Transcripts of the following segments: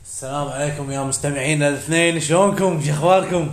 السلام عليكم يا مستمعين الاثنين، شلونكم؟ شو اخباركم؟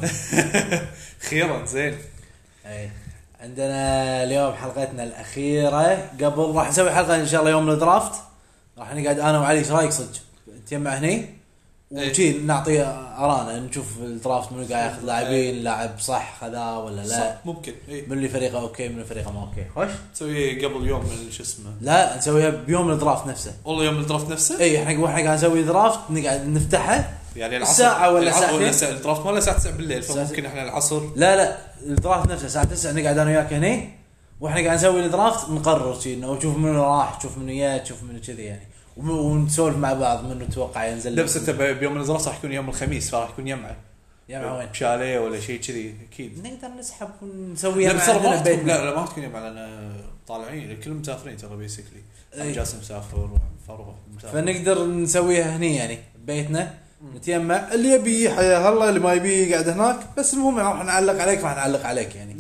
خيرا زين. اي عندنا اليوم حلقتنا الاخيره قبل راح نسوي حلقه ان شاء الله يوم الدرافت. راح نقعد انا وعلي، ايش رايك صدق نتجمع هني وشي نعطي ارانا، نشوف الدرافت منو قاعد ياخذ لاعبين، لاعب صح خذاه ولا لا، صح ممكن. من اللي فريقه اوكي من اللي فريقه ما اوكي. خوش تسوي قبل يوم من شو اسمه؟ لا نسويها بيوم الدرافت نفسه. والله يوم الدرافت نفسه. اي احنا قاعد نسوي درافت، نقعد نفتحه يعني العصر ساعه ولا ساعتين. الدرافت ماله الساعه 9 بالليل، فممكن احنا العصر. لا الدرافت نفسه الساعه 9 نقعد انا وياك هني، واحنا قاعد نسوي الدرافت نقرر شيء انه نشوف منو راح، نشوف منو جاي، نشوف منو كذي يعني، ونسولف مع بعض منو نتوقع ينزل. لا بس انت بيوم الدرافت راح يكون يوم الخميس، فراح يكون يمعه وين بشاليه ولا شيء كذي اكيد. نقدر نسحب ونسويها لا مع بس بيتنا. لا ما تكون يمعه لان طالعين الكل مسافرين ترى بيسكلي. جاسم مسافر وفاروق مسافر، فنقدر نسويها هني يعني بيتنا، نتيمع. اللي يبي حيا الله، اللي ما يبي يقعد هناك. بس المهم راح نعلق عليك يعني.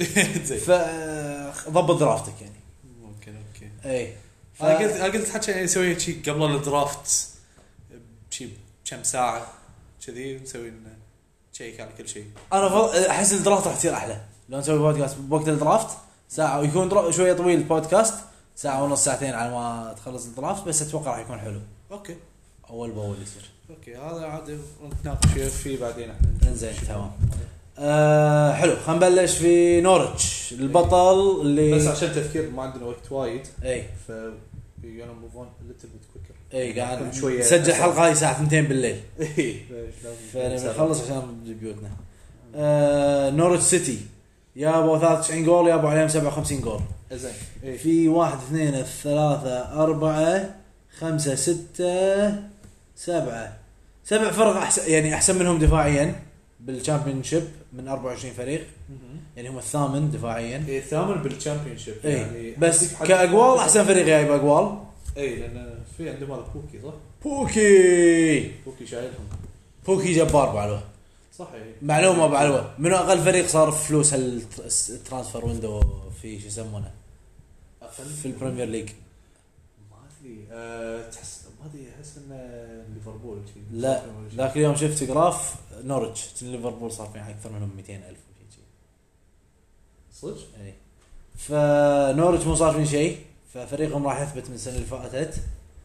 فضبط درافتك يعني. ممكن اوكي. اي انا قلت حكي يعني نسوي شيء قبل الدرافت شيء كم ساعه كذي، نسوي لنا تشيك على كل شيء. انا احس الدرافت راح تصير احلى لو نسوي بودكاست بوقت الدرافت ساعه، ويكون شويه طويل البودكاست، ساعه ونص ساعتين على ما تخلص الدرافت. بس اتوقع راح يكون حلو اوكي اول باول يصير. اوكي هذا عادي نتناقش فيه بعدين احنا. انزين تمام. حلو، خلينا نبلش في نورتش البطل اللي بس عشان تذكير ما عندنا وقت وايد، اي ف يلا موف اون ليتل بيت كويكر. اي قاعد شويه نسجل حلقه هاي الساعه 2 بالليل، اي فنخلص عشان نرجع بيوتنا. نورتش سيتي يابو 93 جول، يابو عليهم 57 جول. زين في 1 2 3 4 5 6 7 فرق احسن، يعني احسن منهم دفاعيا بالشامبيونشيب من 24 فريق، يعني هم الثامن دفاعيا. اي الثامن بالشامبيونشيب يعني بس كاقوال احسن فريق جايب اقوال. اي لان في عندهم هذا بوكي صح؟ بوكي شايلهم. بوكي جبار بعلوه. صح معلومه بعلوه، منو اقل فريق صارف فلوس الترانسفير ويندو في شو يسمونه في البريمير ليج؟ ما ادري. تحس ما ادري، احس ان ليفربول شيء. لا ذاك اليوم شفت جراف نورتش ليفربول صار فيها اكثر منهم 200,000 شيء صدق. اي فنورتش مو صار فين شيء، ففريقهم راح يثبت من السنه اللي فاتت.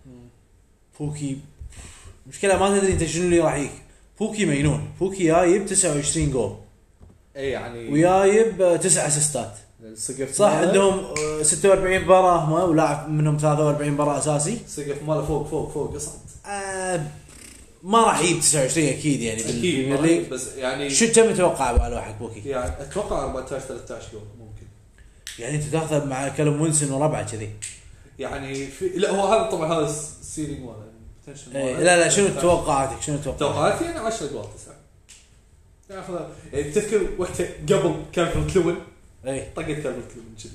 بوكي مشكله ما تدري انت شنو اللي راح يجيك. بوكي مجنون، بوكي جايب 29 جول اي يعني وجايب 9 اسيستات صح. عندهم 46 مباراه هم، ولاعب منهم 43 مباراه اساسي. سقف ماله فوق اصعد. ما راح يجيب 29 اكيد يعني بالبريمير ليج، بس يعني شو كم تتوقع على واحد بوكي؟ يعني اتوقع 14 13 جول ممكن. يعني انت تاخذ مع كلام وينسون وربعه كذي يعني لا هو هذا طبعا هذا السيلينج ماله. لا شنو توقعاتك؟ توقعاتي انا 10 جول 9 ياخذ. يعني تذكر وقتها قبل كان كلوين طقت كان كلوين كذي.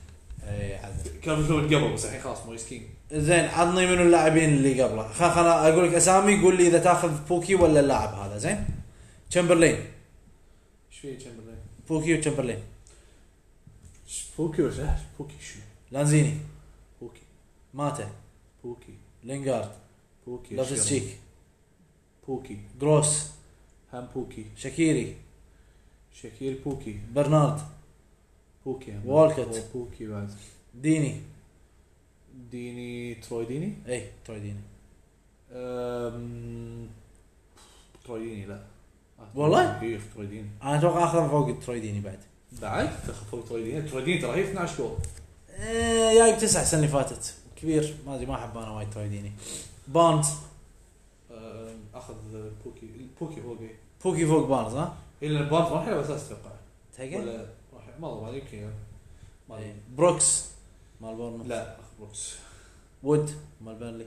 كان كلوين قبل، بس الحين خلاص مويس كينج. زين عطني منو اللاعبين اللي قبله. خلنا اقول لك اسامي، قول لي اذا تاخذ بوكي ولا اللاعب هذا. زين تشامبرلين. ايش في تشامبرلين؟ بوكي وتشامبرلين. بوكي ولا بوكي شو؟ لانزيني. بوكي. ماتا. بوكي. لينغارد. بوكي. لوفتس-تشيك. بوكي. جروس. هم بوكي. شاكيري بوكي. برنارد. بوكي. والكوت. بوكي بعد. ديني تروي ديني. تروي ديني. تروي ديني لا والله كيف تروي ديني. انا اتوقع اخذ فوق تروي ديني بعد تاخذ فوق تروي ديني ترى هي 12 جول. جايب 9 السنه اللي فاتت، كبير ما ادري، ما احب انا وايد تروي ديني. بارنز. اخذ بوكي بوكي فوق بارنز. ها الا بارنز راح على اساس اتوقع تلقى ولا راح ما يمكن بروكس مال بورنموث. لا اخذ بروكس. وود مال بيرلي.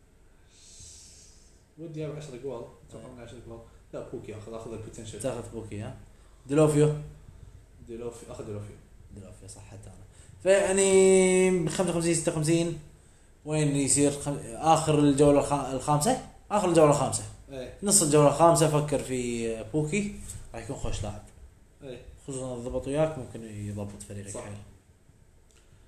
ودي جايب 10 جوال اتوقع من 10 جوال. لا بوكي اخذ البوتنشل. تاخذ بوكي. ها ديلوفيو اخذ ديلوفيو صح حتى انا. فيعني 55 56 وين يصير اخر الجوله الخامسه. نص الجوله الخامسه فكر في بوكي، راح يكون خوش لاعب. خصوصا الضبط وياك ممكن يضبط فريقك حيل.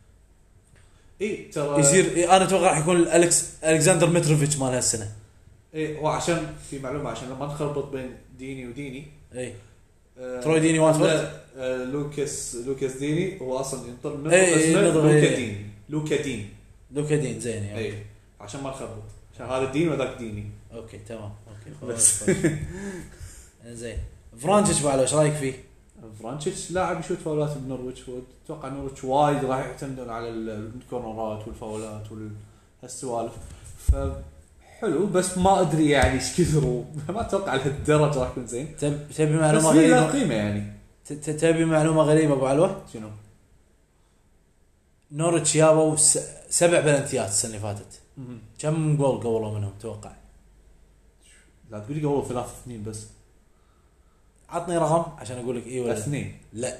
ترى يصير انا اتوقع راح يكون الكسندر متروفيتش مال هالسنه. ايه هو عشان في معلومه عشان لما نخربط بين ديني وديني اي تروي ديني واتفورد. لوكاس ديني هو اصلا ينطر منه اسمه لوكا دين زين يعني. اي عشان ما نخربط عشان هذا الدين وذاك ديني. اوكي تمام اوكي خلاص. زين فرانتش بعد ايش رايك فيه؟ فرانتش لاعب يشوت فاولات بنورويتش، واتوقع نورويتش وايد راح يعتمدون على الكورنرات والفاولات والهالسوالف، فحلو بس ما ادري يعني ايش كثروا ما اتوقع لهالدرجه راح يكون زين. تبي معلومه غريبه قيمه يعني. تبي معلومه غريبه ابو علوه؟ شنو؟ نورتش يابوا 7 بلنتيات السنه اللي فاتت. كم جول قولوا منهم توقع؟ لا تقول لي قولوا 3 سنين بس. عطني رقم عشان اقول لك اي ولا 2. لا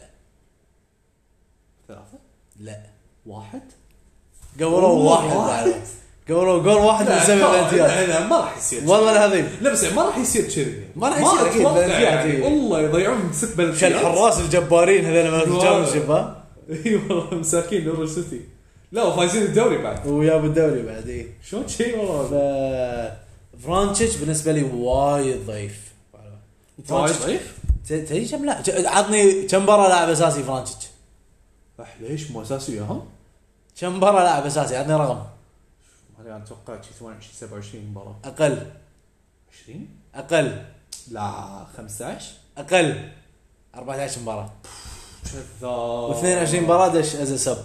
3. لا 1. قولوا 1 قولوا جول واحد من 7 بلنتيات. هذا ما راح يصير والله العظيم. لا بس ما راح يصير كذي، ما راح يصير اكيد بلنتيات يعني. والله يضيعون 6 بلنتيات. شو الحراس الجبارين هذول ما الشامبيونشيب ها. اي والله مساكين نور سيتي. لا وفايزين الدوري بعد ويابوا الدوري بعد. اي شلون شيء والله. فرانتش بالنسبه لي وايد ضعيف. وايد ضعيف. تدري كم لا عطني كم مباراه لاعب اساسي فرانتش؟ ليش مو اساسي هم؟ كم مباراه لاعب اساسي؟ عطني رقم. انا اتوقع 28 27 مباراه. اقل. 20 اقل. لا 15 اقل. 14 مباراه كذا و22 مباراه دش از سب،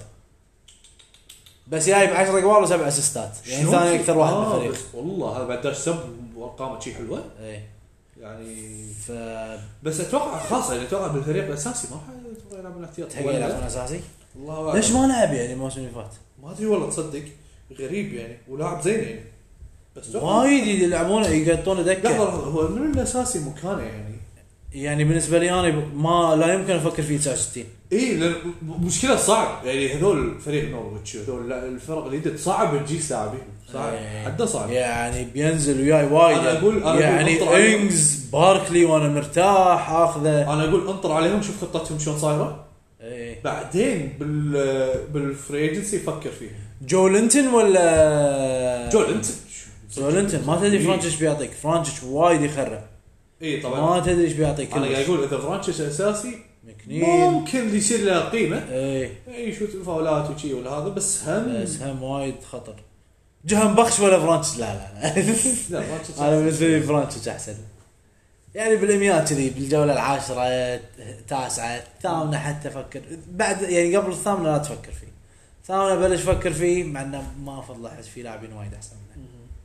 بس جايب 10 جوال و7 اسيستات، يعني ثاني اكثر واحد بالفريق. والله هذا بعد داش سب وارقامه شيء حلوه. اي يعني بس اتوقع خاصه يعني اتوقع بالفريق الاساسي ما راح يلعب بالاحتياط. تحق يلعب اساسي؟ والله ليش ما لعب يعني الموسم اللي فات؟ ما ادري والله تصدق غريب يعني، ولاعب زين يعني بس وايد يلعبونه يقطونه دكه. لحظه هو من الاساسي مكانه يعني بالنسبه لي انا ما لا يمكن افكر فيه 69. اي لان مشكله صعب يعني هذول فريق نورويتش هذول الفرق اللي صعب تجي لاعبين صعب حده صعب يعني بينزل وياي وايد. أنا يعني انجز باركلي وانا مرتاح اخذه. انا اقول انطر عليهم شوف خطتهم شلون صايره. ايه بعدين بالفري ايجنسي فكر فيها. جو لينتون ولا جو لينتون ما تدري فرانتش بيعطيك. فرانتش وايد يخرب. اي طبعا ما تدري ايش بيعطيك. انا قاعد اقول اذا فرانتش اساسي مكنين ممكن يصير له قيمه. اي شوت الفاولات وشي ولا هذا بس هم وايد خطر. جهم بخش ولا فرانتش لا لا فرانتش انا بالنسبه لي فرانتش احسن يعني بالاميات كذي بالجوله العاشرة 9 8 حتى فكر بعد يعني قبل الثامنه لا تفكر فيه. ثامنه بلش فكر فيه مع انه ما افضل احس في لاعبين وايد احسن منه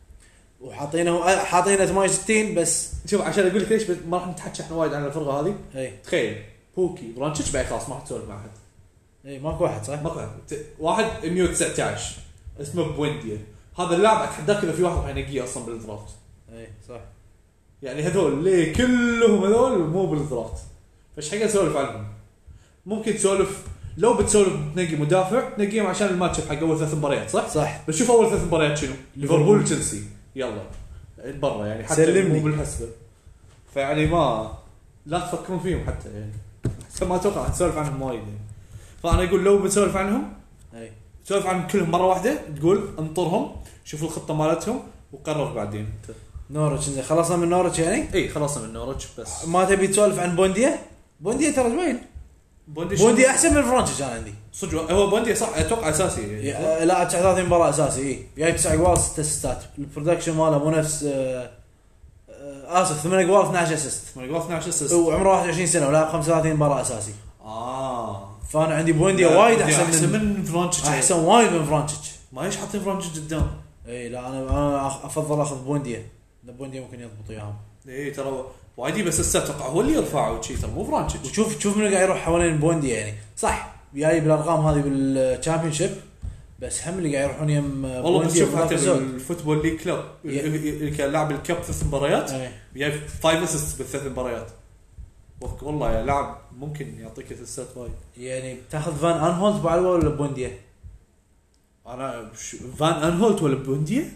وحاطينه 68 بس. شوف عشان اقول لك ليش ما راح نتحكي احنا وايد عن الفرقه هذه. تخيل بوكي برانتش بعد خلاص ما حتسولف مع احد. ماكو واحد صح؟ ماكو واحد 119 اسمه بوينديا. هذا اللاعب اتحداك اذا في واحد راح ينقيه اصلا بالدرافت. صح يعني هذول ليه كلهم هذول مو بالدرافت. فايش حق اسولف عنهم؟ ممكن تسولف لو بتسولف تنقي مدافع تنقيهم عشان الماتش حق اول 3 مباريات صح بس شوف اول 3 مباريات شنو ليفربول وتشيلسي يلا برا يعني حتى مو بالحسبه. فيعني ما لا تفكرون فيهم حتى يعني ما اتوقع تسولف عنهم وايد يعني. فانا اقول لو بتسولف عنهم تسولف عنهم كلهم مره واحده تقول انطرهم شوف الخطه مالتهم وقرر بعدين. نورتش خلصنا من نورتش يعني؟ اي خلصنا من نورتش بس ما تبي تسولف عن بونديا ترى زين. بونديا احسن من فرانتش انا عندي صدق. هو بونديا صح اتوقع اساسي يعني. لا 39 مباراه اساسي جاي 9 جوال 6 اسيستات. البرودكشن ماله مو نفس اسف 8 جوال 12 اسيست. 8 جوال 12 اسيست وعمره 21 سنه ولاعب 35 مباراه اساسي. فانا عندي بونديا وايد احسن من فرانتش. احسن وايد من فرانتش. ما ليش حاطين فرانتش قدام؟ لا انا افضل اخذ بونديا. بونديا ممكن يضبط وياهم. ترى وايدي بس اتوقع هو اللي يرفعه وشي ترى مو فرانتش. وشوف من قاعد يروح حوالين بونديا يعني صح جاي بالارقام هذه بالشامبيونشيب بس هم اللي قاعد يروحون يم والله بتشوف حتى بالفوتبول ليج كلوب اللي كان لاعب الكاب 3 مباريات جاي 5 اسيست بالثلاث مباريات. والله يا لاعب ممكن يعطيك اسيستات وايد. يعني تاخذ فان انهولت بعلوه ولا بونديا؟ انا فان انهولت ولا بونديا؟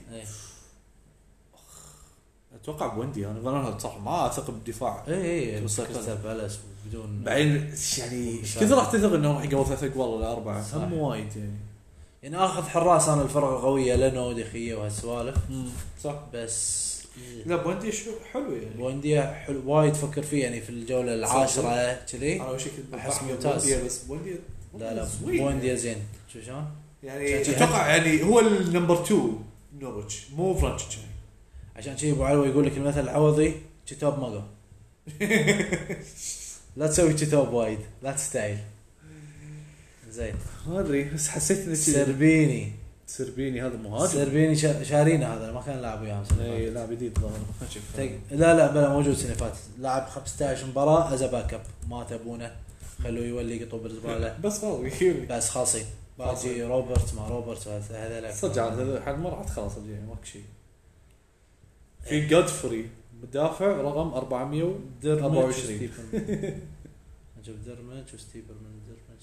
اتوقع بونديا. انا فان انهولت صح ما اثق بالدفاع. كريستال بالاس بدون بعدين يعني كذا راح تثق انه راح يقبل 3 جوال ولا 4 هم وايد يعني اخذ حراس انا الفرقه قويه لانو دخيه وهالسوالف صح بس لا بوندي حلو يعني. بونديا حلو وايد فكر فيه يعني في الجوله العاشرة كذي احس ممتاز. بس بونديا لا بونديا زين شو شلون يعني اتوقع يعني هو النمبر 2 نورتش مو فرانش عشان شيء ابو علوي يقول لك المثل العوضي كتاب ماجو. لا تسوي كتاب وايد لا تستعيل زين. ما ادري بس حسيت ان سربيني هذا مهاجم. سربيني شارينا هذا ما كان لاعب وياهم. اي لاعب جديد ظهر. لا بلا موجود سنه فاتت لاعب 15 مباراه از باك اب ما تبونه خلوه يولي قطوب الزباله بس فاضي بس خالصين باجي روبرت ما روبرت هذا صدق هذا حد ما راح خلاص ماك شيء. في جودفري مدافع رقم 424 نجيب درمج وستيبرمان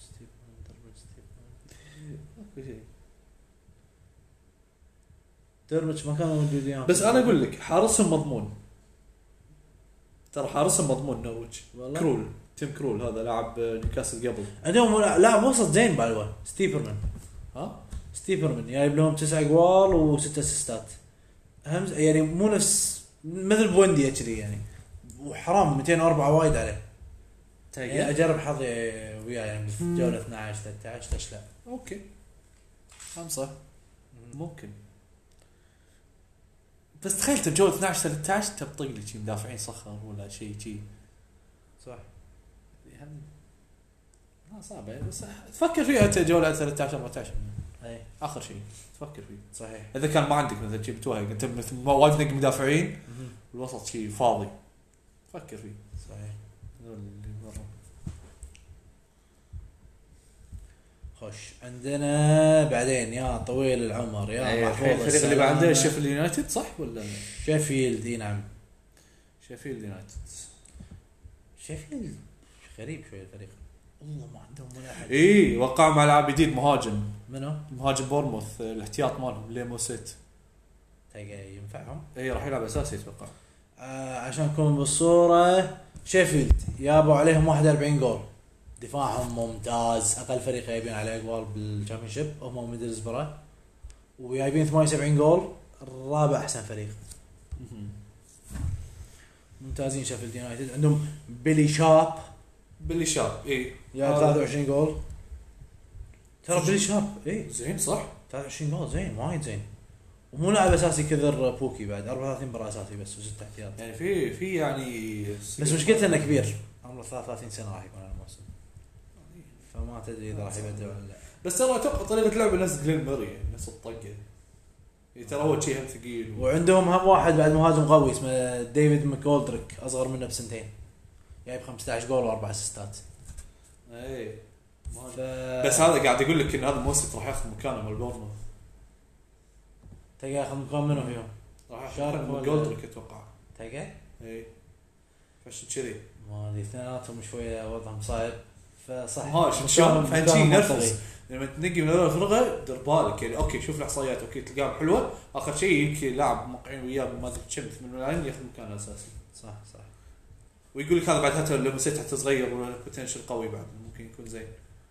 درمج ما كانوا موجودين. بس انا اقول لك حارسهم مضمون ترى حارسهم مضمون نورويتش. تيم كرول هذا لاعب نيوكاسل قبل عندهم لاعب وسط زين بالوا ستيبرمان جايب لهم 9 جوال و6 اسيستات اهم يعني مو نفس مثل بونديا كذي يعني وحرام 204 وايد عليه. يعني اجرب حظي وياه يعني في جوله 12 13 ليش لا. اوكي 5 ممكن بس تخيل تبجوله 12 13 تبطيق لي شيء مدافعين صخر ولا شيء صح يعني صعبه بس تفكر فيها انت جوله 13 14 اي اخر شيء تفكر فيه. صحيح اذا كان ما عندك مثلا شيء بتوهق انت مثل وايد نقي مدافعين والوسط شيء فاضي فكر فيه. صحيح اللي برا خوش عندنا بعدين يا طويل العمر يا محفوظ الفريق اللي بعده شيفيلد يونايتد صح ولا شيفيلد اي نعم شيفيلد يونايتد. شيفيلد غريب شوي الفريق والله ما عندهم ولا احد. وقع مع لاعب جديد مهاجم مهاجم بورموث الاحتياط مالهم ليموسيت تلقى ينفعهم. راح يلعب اساسي اتوقع. عشان نكون بالصوره شيفيلد جابوا عليهم 41 جول دفاعهم ممتاز اقل فريق جايبين عليه جول بالشامبيونشيب هم ميدلزبرا وجايبين 78 جول الرابع احسن فريق. ممتازين شيفيلد يونايتد. عندهم بيلي شارب يا 23 جول ترى بيلي شارب زين صح 23 جول زين وايد زين ومو لاعب اساسي كثر بوكي بعد 34 مباراه اساسي بس و6 احتياط يعني في يعني بس مشكلته انه كبير عمره 33 سنه راح يكون الموسم فما تدري اذا راح يبدع ولا لا. بس ترى اتوقع طريقه لعبه نفس جلين ماري نفس الطقه ترى هو شيء هم ثقيل وعندهم هم واحد بعد مهاجم قوي اسمه ديفيد ماكولدريك اصغر منه بسنتين جايب 15 جول و4 اسيستات. بس هذا قاعد يقول لك ان هذا موسم راح ياخذ مكانه مال بورنموث. تلقى ياخذ مكان منه فيهم راح يشارك ماكولدريك اتوقع تلقى فش كذي ما ادري اثنيناتهم شويه وضعهم صعب فصح شلون فانشي نفس لما تنقي من هذول الفرقه دير بالك يعني اوكي شوف الاحصائيات اوكي تلقاهم حلوه اخر شيء يمكن لاعب موقعين وياه ما ادري كم من الملايين ياخذ مكانه اساسي. صح ويقول لك هذا بعد حتى لو مسيت حتى صغير ولا بوتنشل قوي بعد ممكن يكون زين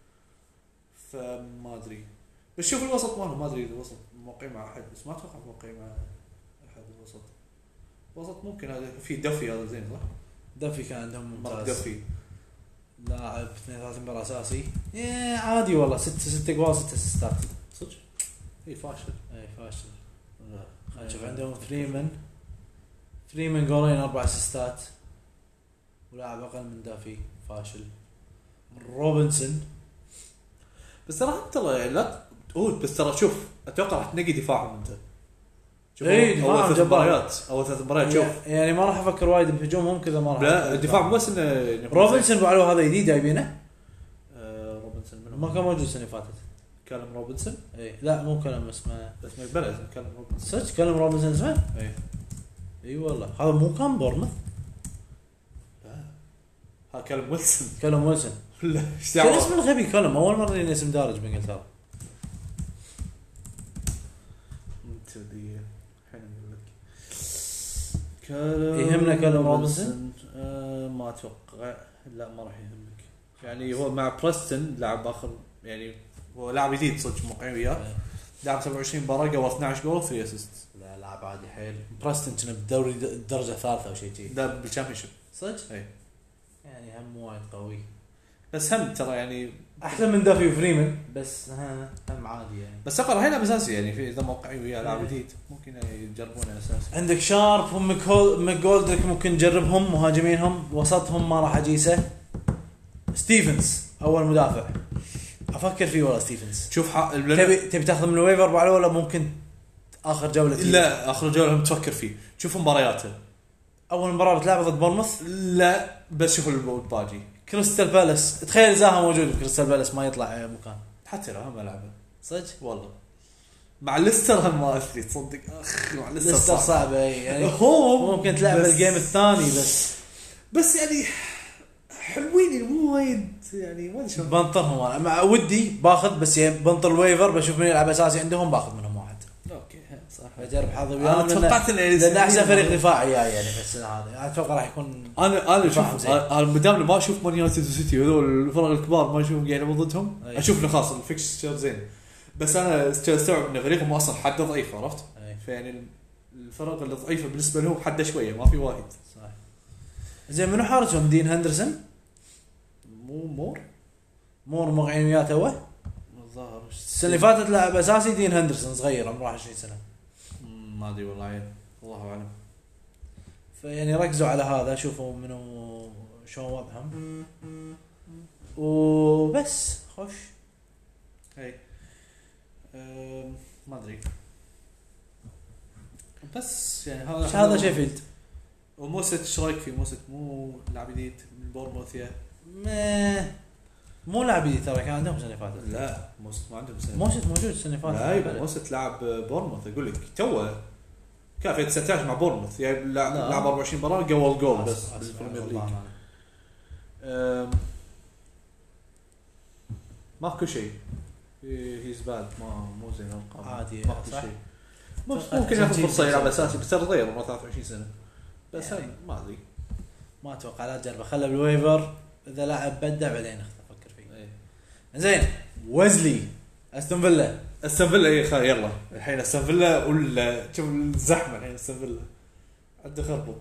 فما ادري. بس شوف الوسط ماله ما ادري اذا الوسط موقع مع احد بس ما اتوقع موقع مع احد. الوسط ممكن هذا في دفي هذا زين صح دفي كان عندهم ممتاز دفي لاعب 32 مباراة اساسي عادي والله 6 جوال 6 اسيستات صدق فاشل خلينا نشوف عندهم فريمان جولين 4 اسيستات ولاعب اقل من دافي فاشل. روبنسون بس ترى لا تقول بس ترى شوف اتوقع راح تنقي دفاعهم انت دفاعهم مباريات او 3 مباريات شوف يعني ما راح افكر وايد بهجومهم كذا ما راح لا الدفاع بس انه روبنسون بعلو هذا جديد جايبينه روبنسون ما كان موجود السنه فاتت كلام روبنسون لا مو كلام اسمه بلد كلام روبنسون صدق كلام روبنسون اسمه اي والله هذا مو كان بورموث ها كلام ويلسون لا ايش اسم الغبي كلام اول مره لي اسم دارج بانجلترا تدري الحين اقول لك يهمنا كلام روبنسون ما اتوقع لا ما راح يهمك يعني هو مع بريستون لاعب اخر يعني هو لاعب جديد صدق موقعين وياه لعب 27 مباراه قبل 12 جول 3 اسيست. لا لاعب عادي حيل. برستن كان بالدوري الدرجه الثالثه او شيء كذي. لا بالشامبيونشيب صدق؟ اي يعني هم وايد قوي. بس هم ترى يعني احسن من دافي وفريمان بس هم عادي يعني. بس اقرا هنا اساسي يعني في اذا موقعي وياه لاعب جديد ممكن يجربونه اساسي. عندك شارب وماكجولدريك ممكن نجربهم مهاجمينهم. وسطهم ما راح اجيسه. ستيفنز اول مدافع افكر فيه والله. ستيفنز شوف تبي تاخذ من الويفر بعد ولا ممكن اخر جوله؟ لا اخر جوله هم تفكر فيه. شوف مبارياته. اول مباراه بتلعب ضد بورنموث. لا بس شوف الباجي. كريستال بالاس. تخيل زاها موجود بكريستال بالاس ما يطلع مكان. حتى لو هم لعبه صدق والله مع ليستر هم ما ادري تصدق. مع ليستر صعبه يعني. هو ممكن تلعب الجيم الثاني بس يعني حلوين مو وايد يعني ما ادري. بنطرهم انا مع ودي باخذ بس يعني بنطر الويفر بشوف مين يلعب اساسي عندهم باخذ منهم واحد. اوكي صح بجرب حظي وياهم. انا توقعت لان احسن فريق دفاعي يعني في السنه هذه. اتوقع راح يكون انا شوف انا مدام ما اشوف مان يونايتد وسيتي هذول الفرق الكبار ما اشوف يعني ضدهم. اشوف انه خلاص الفيكستشر زين بس انا استوعب ان فريقهم اصلا حده ضعيف عرفت. فيعني الفرق اللي ضعيفه بالنسبه لهم حده شويه ما في وايد. صح زين. منو حارسهم؟ دين هندرسون مو مور مقعين وياه توه الظاهر. السنه اللي فاتت لعب اساسي. دين هندرسون صغير عمره 20 سنه ما ادري والله الله اعلم. فيعني ركزوا على هذا. شوفوا منو شلون وضعهم وبس. خوش هي ما ادري بس يعني هذا شيفيلد. وموسيت ايش رايك في موسيت؟ مو لاعب جديد من بورنموث يا مو لاعب جديد ترى كان عندهم السنه اللي فاتت. لا موسيت ما عندهم سنه. موسيت موجود السنه اللي فاتت. لا يبا موسيت لاعب بورنموث اقول لك توه كان في 19 مع بورنموث يعني لعب 24 مباراه قبل جول بس بالبريمير ليج. ماكو شيء هيز باد مو زين الارقام عادي ماكو صح. شيء. ممكن ياخذ فرصه يلعب اساسي بس ترى صغير عمره 23 سنه بس يعني ما ادري. ما اتوقع لا تجربه. خله بالويفر اذا لاعب بدع بعدين افكر فيه. زين. ويزلي استون فيلا يلا الحين استون فيلا ولا شوف الزحمه الحين استون فيلا عنده خربط.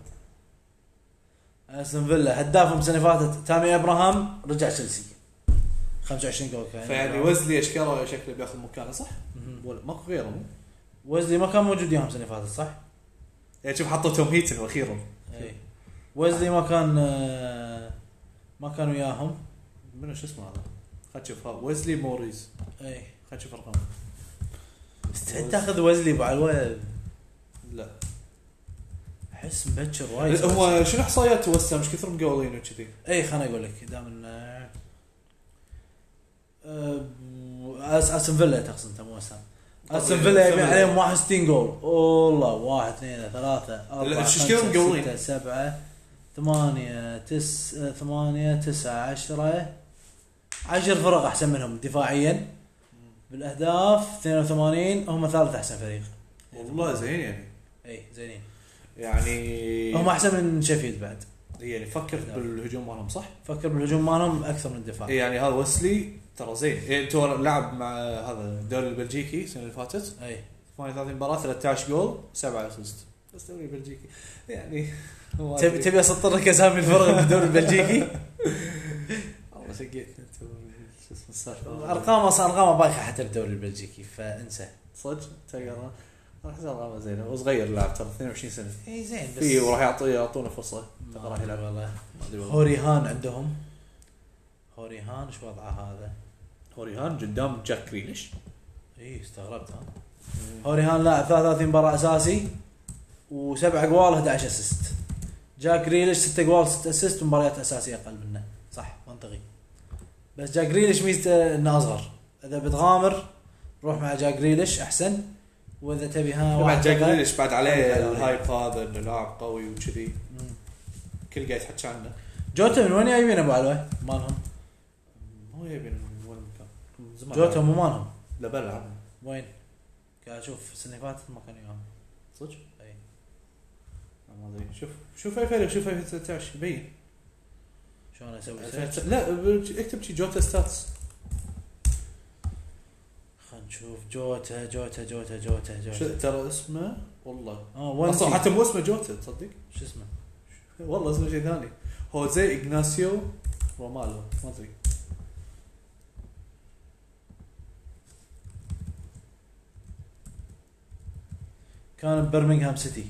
استون فيلا هدافهم السنه اللي فاتت تامي ابراهام رجع تشيلسي 25 جول كان. فيعني ويزلي اشكاله شكله بياخذ مكانه صح ولا ماكو غيره؟ ويزلي ما كان موجود يوم السنه اللي فاتت صح يعني شوف حطوا توم هيتن واخيرا. ويزلي ما كان وياهم. منو شو اسمه هذا؟ خلينا نشوف ويزلي موريز. خلينا نشوف ارقامه. استعد تاخذ ويزلي مع الولد؟ لا احس مبكر وايد. هو شنو احصائيات وسام مش كثر مقاولين وكذي؟ خليني اقول لك دام استون فيلا تقصد انت مو وسام. استون فيلا يبي عليهم 61 جول. والله 1 2 3 4 5 6 7 8 9 10 فرق احسن منهم دفاعيا. بالاهداف 82 هم ثالث احسن فريق. والله زين يعني. زينين يعني هم احسن من شيفيلد بعد. يعني فكر بالهجوم مالهم صح. فكر بالهجوم مالهم اكثر من الدفاع. يعني هذا ويسلي ترى زين. تو لعب مع هذا الدوري البلجيكي السنه اللي فاتت 38 مباراه 13 جول 7 اسيست بس دوري البلجيكي يعني. تبي اسطر لك اسامي الفرق بالدوري البلجيكي؟ والله سقيت انت شو اسمه السالفه. ارقام بايخه حتى بالدوري البلجيكي فانسى صدق. تقرا راح يصير ارقام زينه وصغير لاعب ترى 22 سنه. زين بس في وراح يعطونه فرصه راح يلعب والله. هوريهان عندهم. هوريهان ايش وضعه هذا؟ هوريهان قدام جاك جريليش. استغربت هوريهان لاعب 33 مباراه اساسي و7 اجوال 11 اسيست. جاك جريليش 6 اجوال 6 اسيست ومباريات اساسيه اقل منه صح منطقي. بس جاك جريليش ميزته انه اصغر. اذا بتغامر روح مع جاك جريليش احسن. واذا تبي بعد جاك جريليش بعد عليه الهايب هذا انه لاعب قوي وكذي كل قاعد يحكي عنه. جوتا من وين جايبين ابو علوه مالهم؟ مو جايبين من وين مكان. جوتا مو مالهم. لا بلعب وين؟ قاعد اشوف السنه اللي فاتت ما كانوا ياهم صدق. ما ادري. شوف اي فريق. شوف 2019 يبين شلون اسوي لا اكتب شي جوتا ستاتس. خلينا نشوف جوتا ترى اسمه والله وانتي اصلا حتى مو اسمه جوتا تصدق شو اسمه والله اسمه شيء ثاني هوزي إغناسيو رومالو ما ادري كان ببرمنغهام سيتي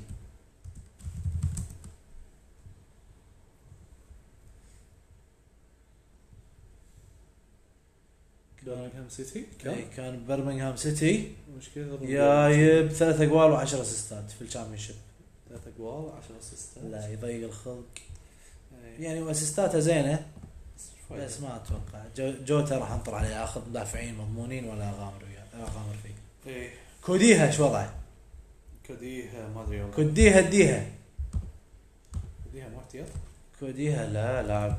برمنغهام سيتي كان ببرمنغهام سيتي مشكلة جايب 3 أجوال و10 اسيستات في الشامبيونشيب 3 أجوال 10 اسيستات لا يضيق الخلق يعني واسيستاته زينه بس ما اتوقع جوتا راح انطر عليه ياخذ مدافعين مضمونين ولا اغامر فيه. ايه كوديها شو وضعه؟ كوديها ما ادري والله كوديها مو احتياط كوديها لا لاعب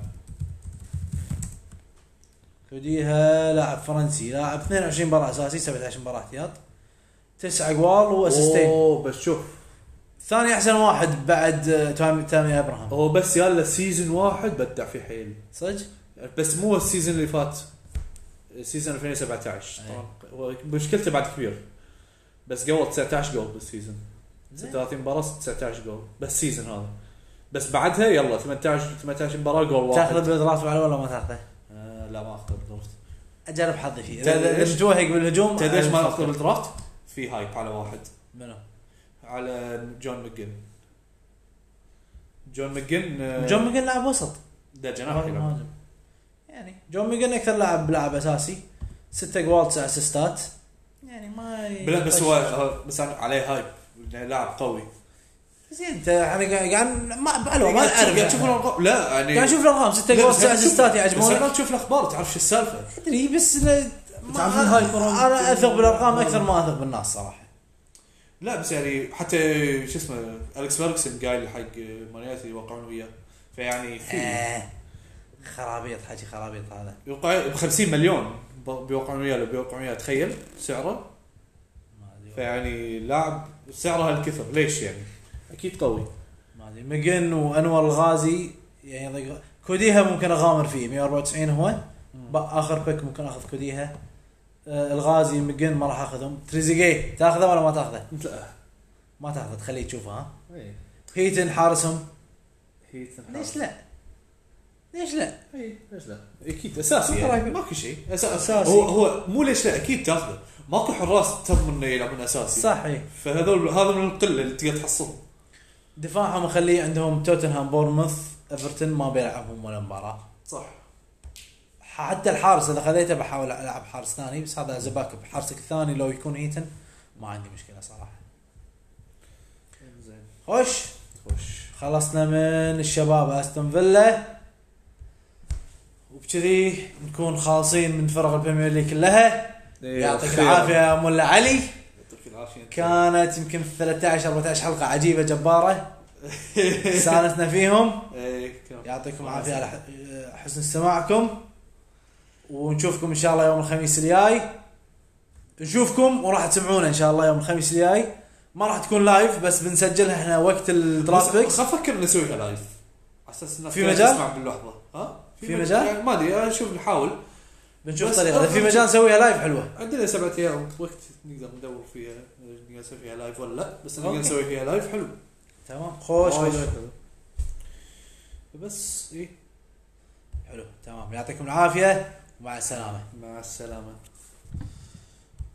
كوديها لاعب فرنسي لاعب 22 مباراة اساسي 17 مباراة احتياط 9 اجوال واسيستين بس شوف ثاني احسن واحد بعد تامي ابراهام هو بس يلا سيزون واحد بدع في حيل صدق بس مو السيزون اللي فات سيزون 2017 طبعا هو مشكلته بعد كبير بس قبل 19 جول بالسيزون 36 مباراة 19 جول بس سيزون هذا بس بعدها يلا 18 مباراة جول واحد تاخذ بالدرافت على ولا ما تاخذه؟ لا ما اخذ بالدرافت اجرب حظي فيه اذا متوهق بالهجوم تدري ما اخذ بالدرافت في هايب على واحد منو على جون ماجن لاعب وسط ده جناح يعني جون ماجن اكثر لاعب اساسي 6 جوال 9 اسيستات يعني ما بس هو بس عليه هايب لاعب قوي زين انت يعني قاعد ما اعرف تشوف لا يعني قاعد اشوف الارقام 6 جوال 9 اسيستات يعجبوني بس تشوف الاخبار تعرف شو السالفه ادري بس انا اثق بالارقام اكثر ما اثق بالناس صراحه لا بس يعني حتى شو اسمه أليكس فيرغسون قايل حق مانياتي يوقعون وياه فيعني في خرابيط هذا يوقع ب 50 مليون بيوقعون وياه لو بيوقعون وياه تخيل سعره فيعني لاعب سعره هالكثر ليش يعني اكيد قوي ما ادري ماجن وانور الغازي يعني كوديها ممكن اغامر فيه 194 هو اخر بيك ممكن اخذ كوديها الغازي ماجن ما راح اخذهم تريزيجيه تاخذه ولا ما تاخذه؟ لا ما تاخذه تخليه تشوفه ها ايه هيتن حارسهم ليش لا ليش لا اكيد اساسي يعني ماكو شيء اساسي هو مو ليش لا اكيد تاخذه ماكو حراس تضمن انه يلعبون اساسي صحيح فهذول هذا من القله اللي تقدر تحصلهم دفاعهم مخليه عندهم توتنهام بورنموث ايفرتون ما بيلعبهم ولا مباراه صح حتى الحارس اذا خذيته بحاول العب حارس ثاني بس هذا زباك بحارسك الثاني لو يكون هيتن ما عندي مشكله صراحه زين خوش خلصنا من الشباب استون فيلا وبكذي نكون خالصين من فرق البريمير ليج كلها يعطيك العافيه يا مولا علي يعطيك العافيه كانت يمكن 13 14 حلقه عجيبه جباره سالتنا فيهم يعطيكم العافيه على حسن استماعكم ونشوفكم ان شاء الله يوم الخميس الجاي نشوفكم وراح تسمعونا ان شاء الله يوم الخميس الجاي ما راح تكون لايف بس بنسجلها احنا وقت الدرافت بيكس افكر نسويها لايف على اساس في مجال تسمع باللحظه في مجال يعني ما ادري اشوف نحاول بنشوف طريقه اذا في مجال نسويها لايف حلوه عندنا 7 ايام وقت نقدر ندور فيها نقدر نسوي فيها لايف ولا لا بس نقدر نسوي فيها لايف حلو تمام خوش بس ايه حلو تمام يعطيكم العافيه ومع السلامه مع السلامه